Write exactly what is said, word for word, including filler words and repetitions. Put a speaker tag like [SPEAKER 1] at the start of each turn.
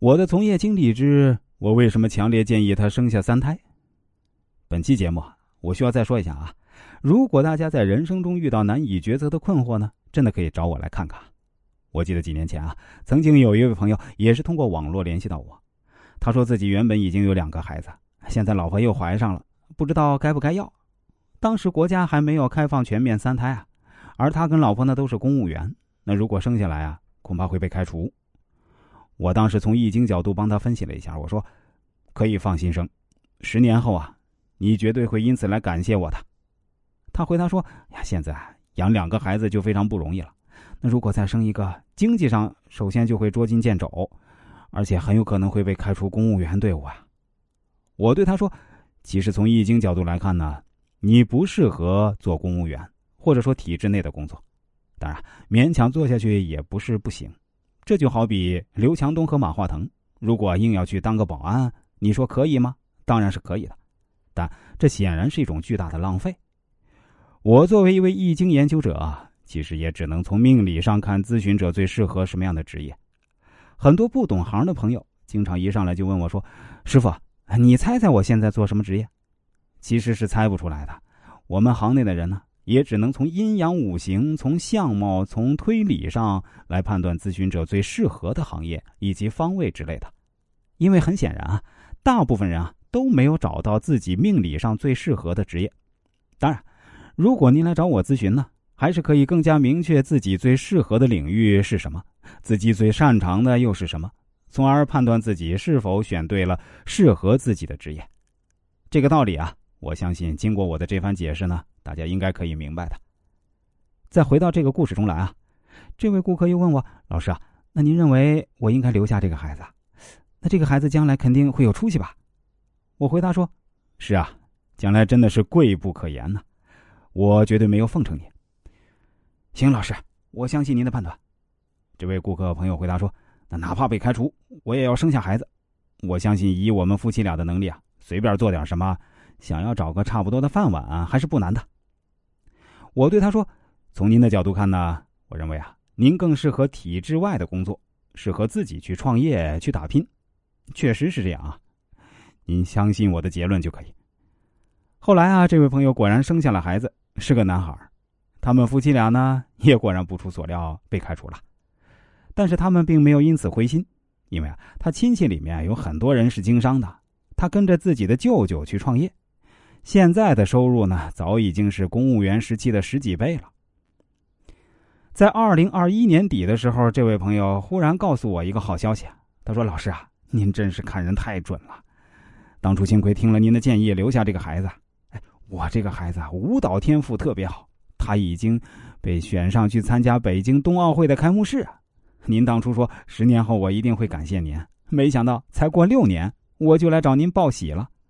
[SPEAKER 1] 我的从业经历之我为什么强烈建议他生下三胎。本期节目我需要再说一下啊，如果大家在人生中遇到难以抉择的困惑呢，真的可以找我来看看。我记得几年前啊，曾经有一位朋友也是通过网络联系到我，他说自己原本已经有两个孩子，现在老婆又怀上了，不知道该不该要。当时国家还没有开放全面三胎啊，而他跟老婆呢都是公务员，那如果生下来啊，恐怕会被开除。我当时从易经角度帮他分析了一下，我说可以放心生，十年后啊，你绝对会因此来感谢我的。他回答说呀，现在养两个孩子就非常不容易了，那如果再生一个，经济上首先就会捉襟见肘，而且很有可能会被开除公务员队伍啊。我对他说，其实从易经角度来看呢，你不适合做公务员，或者说体制内的工作，当然勉强做下去也不是不行。这就好比刘强东和马化腾，如果硬要去当个保安，你说可以吗？当然是可以的，但这显然是一种巨大的浪费。我作为一位易经研究者啊，其实也只能从命理上看咨询者最适合什么样的职业。很多不懂行的朋友经常一上来就问我说，师傅，你猜猜我现在做什么职业？其实是猜不出来的，我们行内的人呢，也只能从阴阳五行、从相貌、从推理上来判断咨询者最适合的行业以及方位之类的。因为很显然啊，大部分人啊都没有找到自己命理上最适合的职业。当然，如果您来找我咨询呢，还是可以更加明确自己最适合的领域是什么，自己最擅长的又是什么，从而判断自己是否选对了适合自己的职业。这个道理啊，我相信经过我的这番解释呢，大家应该可以明白的。再回到这个故事中来啊，这位顾客又问我，老师啊，那您认为我应该留下这个孩子？那这个孩子将来肯定会有出息吧？我回答说，是啊，将来真的是贵不可言呢，我绝对没有奉承你。行，老师，我相信您的判断。这位顾客朋友回答说，那哪怕被开除，我也要生下孩子。我相信以我们夫妻俩的能力啊，随便做点什么，想要找个差不多的饭碗啊，还是不难的。我对他说，从您的角度看呢，我认为啊，您更适合体制外的工作，适合自己去创业去打拼。确实是这样啊，您相信我的结论就可以。后来啊，这位朋友果然生下了孩子，是个男孩。他们夫妻俩呢，也果然不出所料被开除了。但是他们并没有因此灰心，因为啊，他亲戚里面有很多人是经商的，他跟着自己的舅舅去创业，现在的收入呢，早已经是公务员时期的十几倍了。在二零二一年底的时候，这位朋友忽然告诉我一个好消息，他说，老师啊，您真是看人太准了，当初幸亏听了您的建议留下这个孩子，哎，我这个孩子啊，舞蹈天赋特别好，他已经被选上去参加北京冬奥会的开幕式啊。您当初说十年后我一定会感谢您，没想到才过六年我就来找您报喜了。